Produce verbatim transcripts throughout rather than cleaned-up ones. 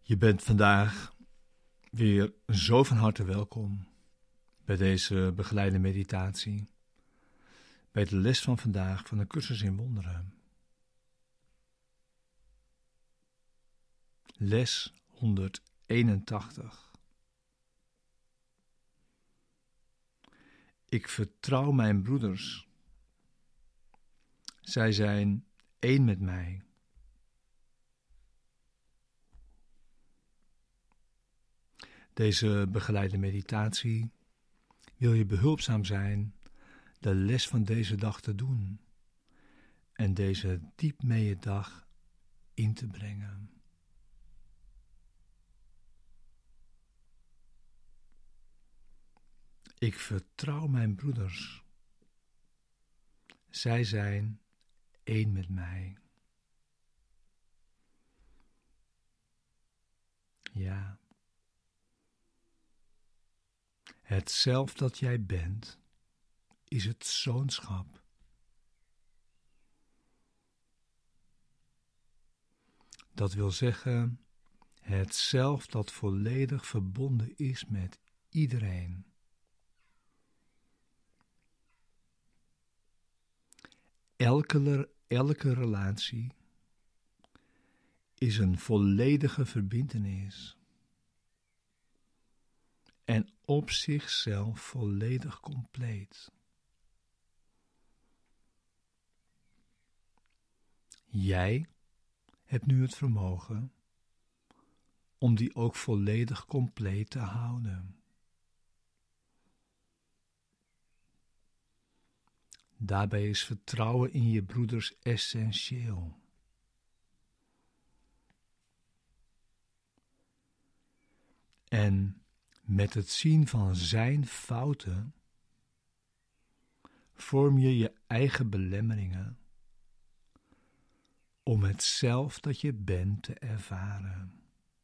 Je bent vandaag weer zo van harte welkom bij deze begeleide meditatie, bij de les van vandaag van de cursus in wonderen. Les honderdeenentachtig. Ik vertrouw mijn broeders. Zij zijn één met mij. Deze begeleide meditatie wil je behulpzaam zijn de les van deze dag te doen en deze diep mee dag in te brengen. Ik vertrouw mijn broeders. Zij zijn één met mij. Ja. Het zelf dat jij bent, is het zoonschap. Dat wil zeggen, het zelf dat volledig verbonden is met iedereen. Elke, elke relatie is een volledige verbintenis. En op zichzelf volledig compleet. Jij hebt nu het vermogen om die ook volledig compleet te houden. Daarbij is vertrouwen in je broeders essentieel. En met het zien van zijn fouten vorm je je eigen belemmeringen om het zelf dat je bent te ervaren.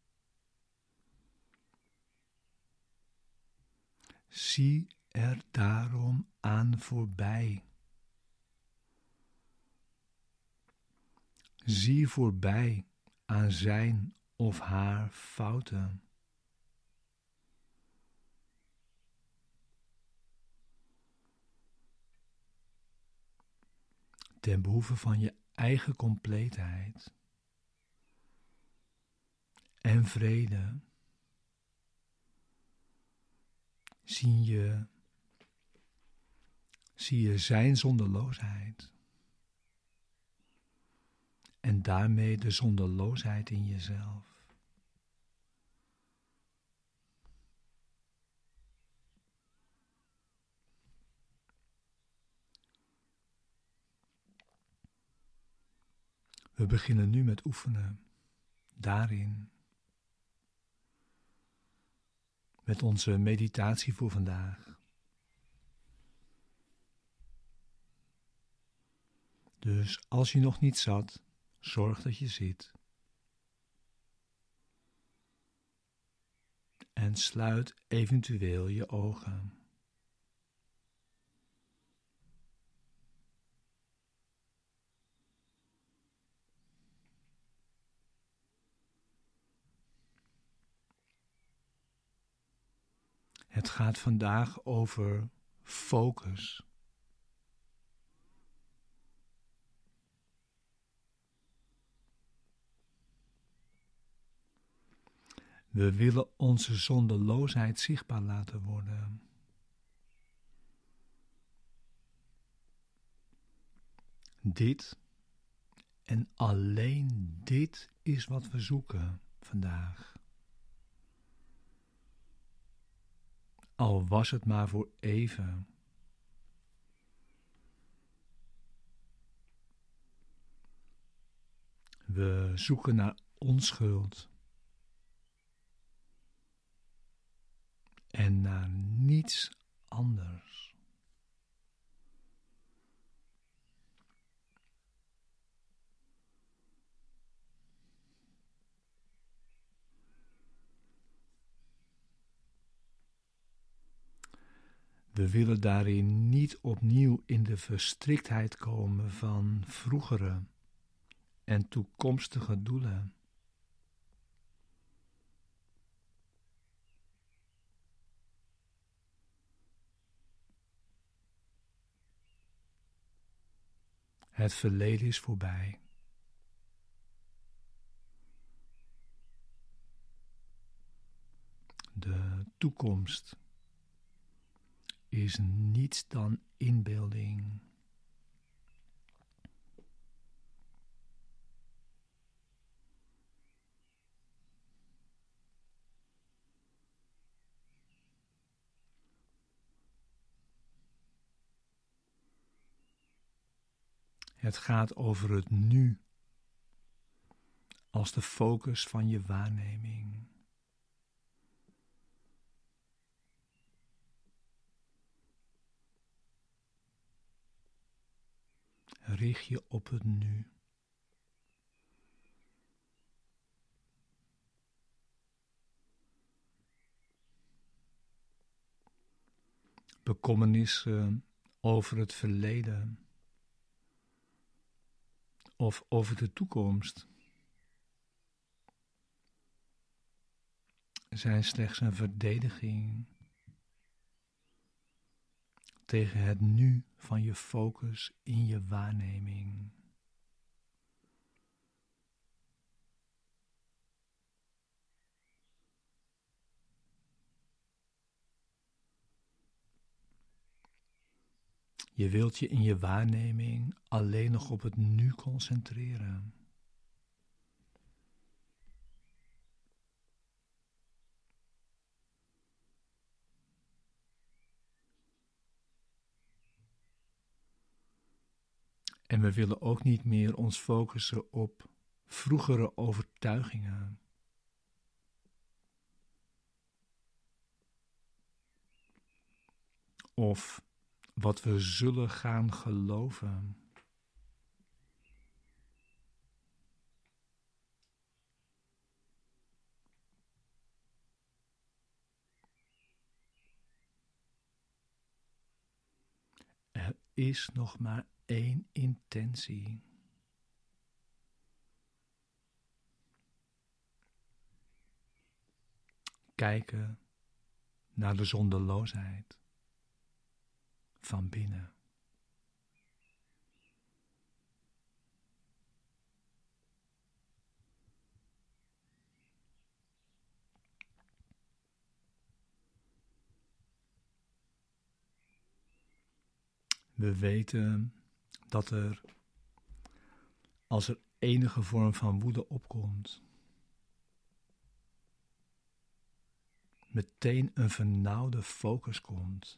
Zie er daarom aan voorbij. Zie voorbij aan zijn of haar fouten. Ten behoeve van je eigen compleetheid en vrede zie je, zie je zijn zonderloosheid en daarmee de zonderloosheid in jezelf. We beginnen nu met oefenen, daarin, met onze meditatie voor vandaag. Dus als je nog niet zat, zorg dat je zit. En sluit eventueel je ogen. Het gaat vandaag over focus. We willen onze zonderloosheid zichtbaar laten worden. Dit en alleen dit is wat we zoeken vandaag. Al was het maar voor even. We zoeken naar onschuld. En naar niets anders. We willen daarin niet opnieuw in de verstriktheid komen van vroegere en toekomstige doelen. Het verleden is voorbij. De toekomst is niets dan inbeelding. Het gaat over het nu als de focus van je waarneming. Richt je op het nu. Bekommernissen over het verleden of over de toekomst zijn slechts een verdediging tegen het nu van je focus in je waarneming. Je wilt je in je waarneming alleen nog op het nu concentreren. En we willen ook niet meer ons focussen op vroegere overtuigingen. Of wat we zullen gaan geloven. Er is nog maar één intentie. Kijken naar de zonderloosheid van binnen. We weten dat er, als er enige vorm van woede opkomt, meteen een vernauwde focus komt,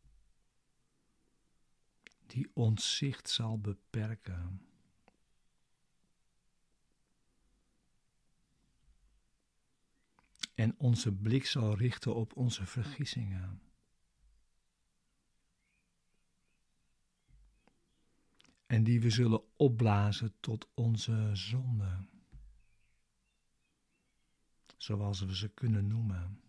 die ons zicht zal beperken. En onze blik zal richten op onze vergissingen. En die we zullen opblazen tot onze zonde, zoals we ze kunnen noemen.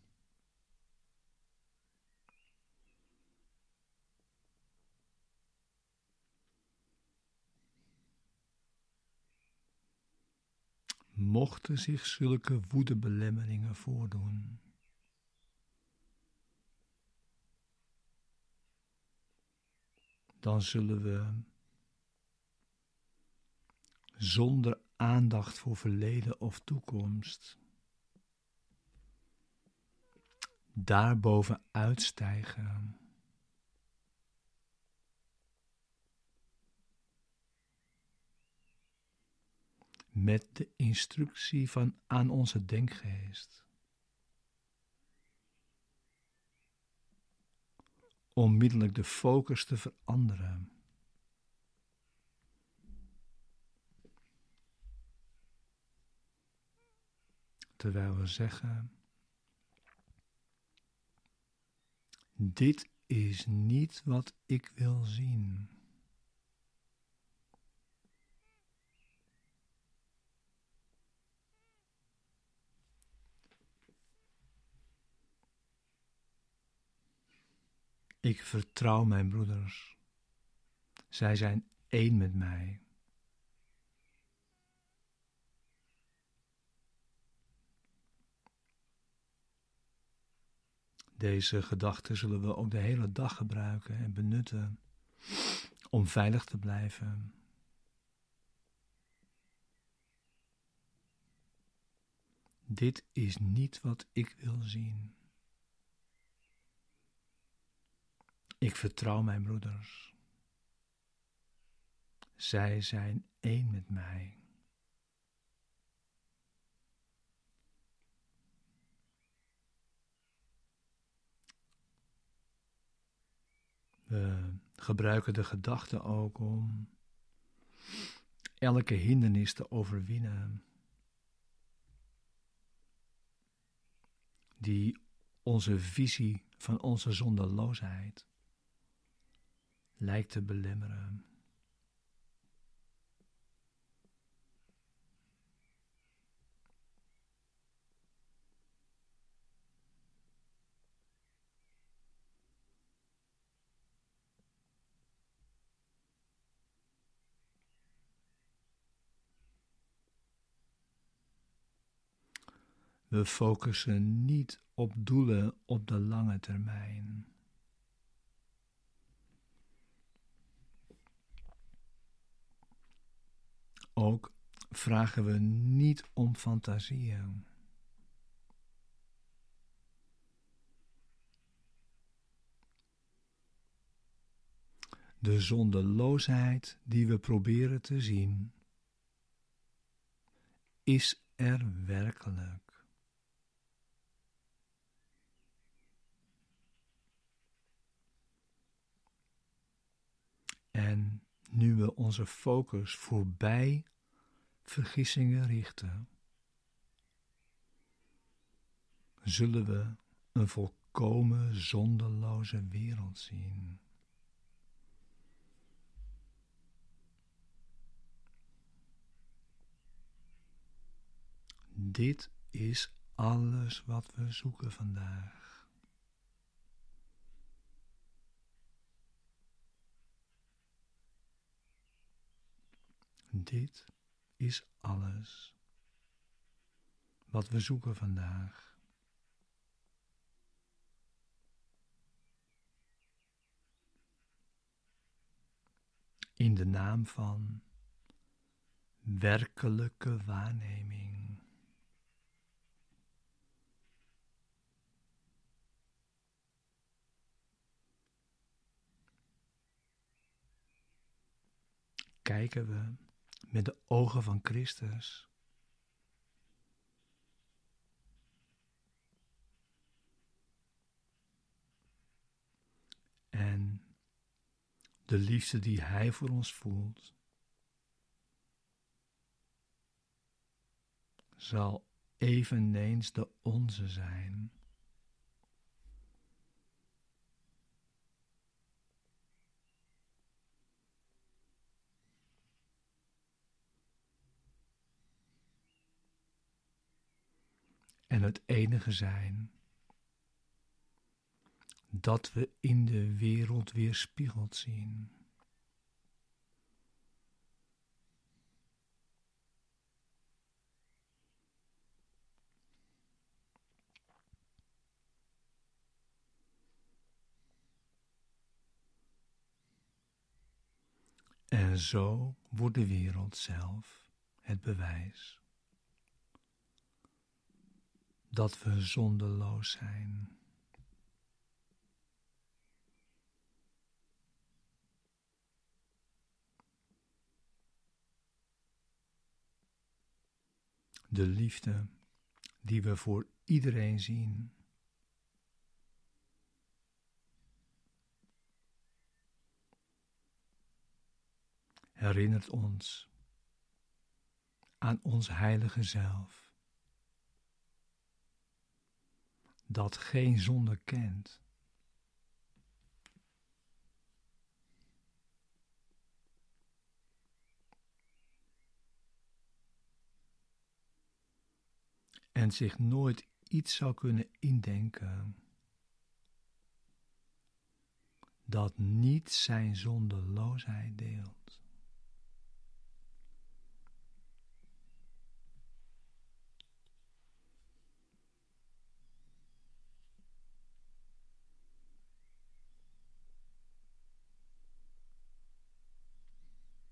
Mochten zich zulke woedebelemmeringen voordoen, dan zullen we zonder aandacht voor verleden of toekomst daarboven uitstijgen. Met de instructie van aan onze denkgeest. Onmiddellijk de focus te veranderen. Terwijl we zeggen, dit is niet wat ik wil zien. Ik vertrouw mijn broeders. Zij zijn één met mij. Deze gedachten zullen we ook de hele dag gebruiken en benutten om veilig te blijven Dit is niet wat ik wil zien. Ik vertrouw mijn broeders. Zij zijn één met mij. We gebruiken de gedachte ook om elke hindernis te overwinnen die onze visie van onze zondeloosheid lijkt te belemmeren. We focussen niet op doelen op de lange termijn. Ook vragen we niet om fantasieën. De zondeloosheid die we proberen te zien, is er werkelijk. En nu we onze focus voorbij vergissingen richten, zullen we een volkomen zondeloze wereld zien. Dit is alles wat we zoeken vandaag. Dit is alles wat we zoeken vandaag. In de naam van werkelijke waarneming. Kijken we met de ogen van Christus. En de liefde die Hij voor ons voelt, zal eveneens de onze zijn. En het enige zijn dat we in de wereld weerspiegeld zien. En zo wordt de wereld zelf het bewijs dat we zondeloos zijn. De liefde die we voor iedereen zien, herinnert ons aan ons heilige zelf, dat geen zonde kent. En zich nooit iets zou kunnen indenken dat niet zijn zondeloosheid deelt.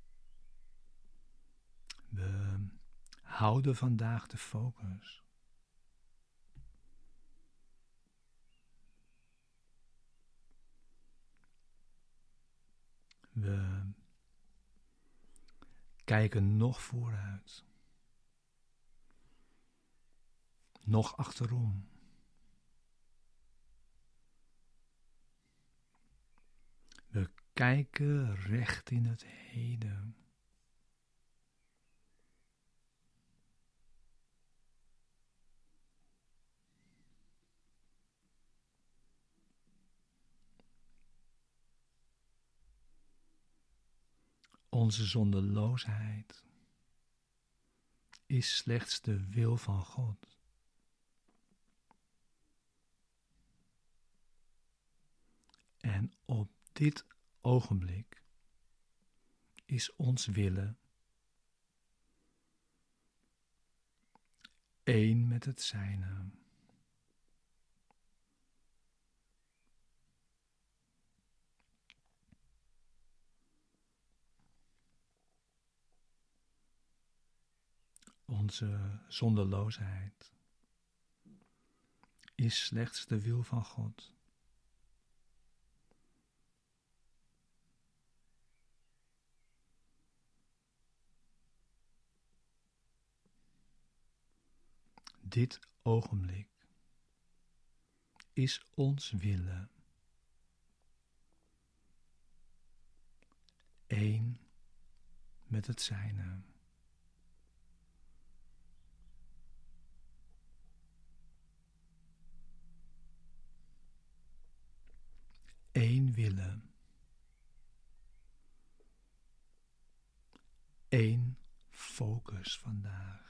We houden vandaag de focus We kijken nog vooruit, nog achterom. We kijken recht in het heden. Onze zondeloosheid is slechts de wil van God. En op dit ogenblik is ons willen één met het zijne. Onze zondeloosheid is slechts de wil van God. Dit ogenblik is ons willen één met het zijne. Eén willen. Eén focus vandaag.